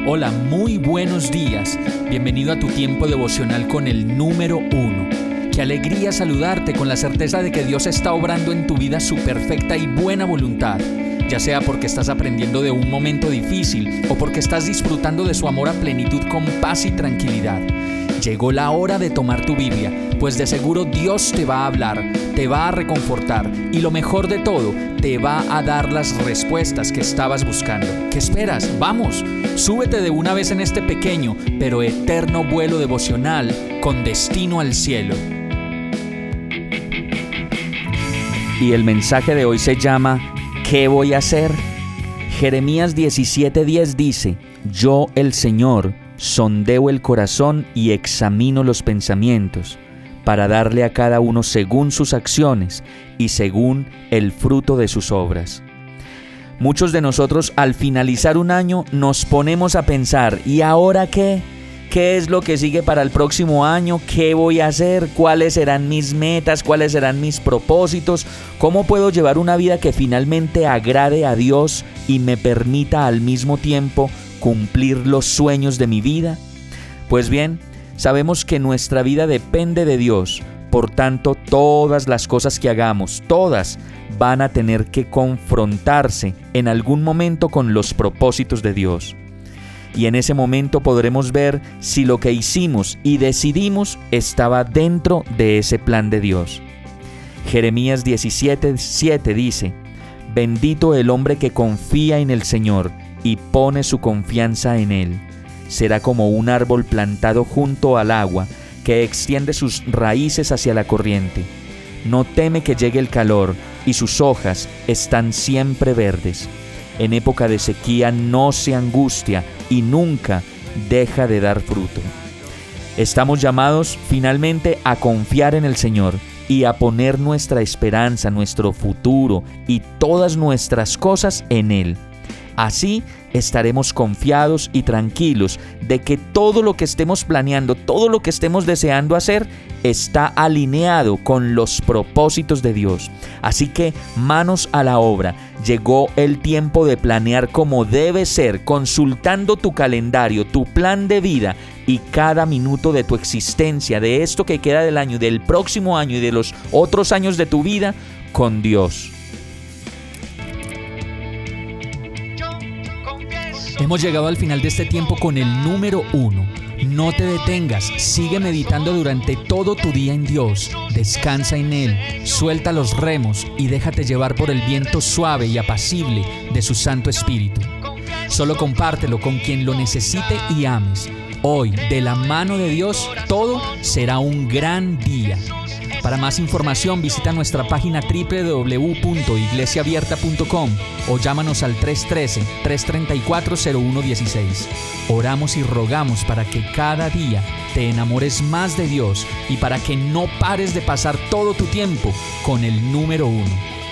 Hola, muy buenos días. Bienvenido a tu tiempo devocional con el número 1. Qué alegría saludarte con la certeza de que Dios está obrando en tu vida su perfecta y buena voluntad, ya sea porque estás aprendiendo de un momento difícil o porque estás disfrutando de su amor a plenitud con paz y tranquilidad. Llegó la hora de tomar tu Biblia, pues de seguro Dios te va a hablar, te va a reconfortar y lo mejor de todo, te va a dar las respuestas que estabas buscando. ¿Qué esperas? ¡Vamos! Súbete de una vez en este pequeño pero eterno vuelo devocional con destino al cielo. Y el mensaje de hoy se llama ¿Qué voy a hacer? Jeremías 17:10 dice: Yo, el Señor, sondeo el corazón y examino los pensamientos, para darle a cada uno según sus acciones y según el fruto de sus obras. Muchos de nosotros al finalizar un año nos ponemos a pensar: ¿y ahora qué? ¿Qué es lo que sigue para el próximo año? ¿Qué voy a hacer? ¿Cuáles serán mis metas? ¿Cuáles serán mis propósitos? ¿Cómo puedo llevar una vida que finalmente agrade a Dios y me permita al mismo tiempo cumplir los sueños de mi vida? Pues bien, sabemos que nuestra vida depende de Dios. Por tanto, todas las cosas que hagamos, todas, van a tener que confrontarse en algún momento con los propósitos de Dios. Y en ese momento podremos ver si lo que hicimos y decidimos estaba dentro de ese plan de Dios. Jeremías 17:7 dice: Bendito el hombre que confía en el Señor y pone su confianza en Él. Será como un árbol plantado junto al agua, que extiende sus raíces hacia la corriente. No teme que llegue el calor, y sus hojas están siempre verdes. En época de sequía no se angustia y nunca deja de dar fruto. Estamos llamados finalmente a confiar en el Señor y a poner nuestra esperanza, nuestro futuro y todas nuestras cosas en Él. Así estaremos confiados y tranquilos de que todo lo que estemos planeando, todo lo que estemos deseando hacer, está alineado con los propósitos de Dios. Así que manos a la obra. Llegó el tiempo de planear como debe ser, consultando tu calendario, tu plan de vida y cada minuto de tu existencia, de esto que queda del año, del próximo año y de los otros años de tu vida, con Dios. Hemos llegado al final de este tiempo con el número 1. No te detengas, sigue meditando durante todo tu día en Dios. Descansa en Él, suelta los remos y déjate llevar por el viento suave y apacible de su Santo Espíritu. Solo compártelo con quien lo necesite y ames. Hoy, de la mano de Dios, todo será un gran día. Para más información visita nuestra página www.iglesiaabierta.com o llámanos al 313-334-0116. Oramos y rogamos para que cada día te enamores más de Dios y para que no pares de pasar todo tu tiempo con el número 1.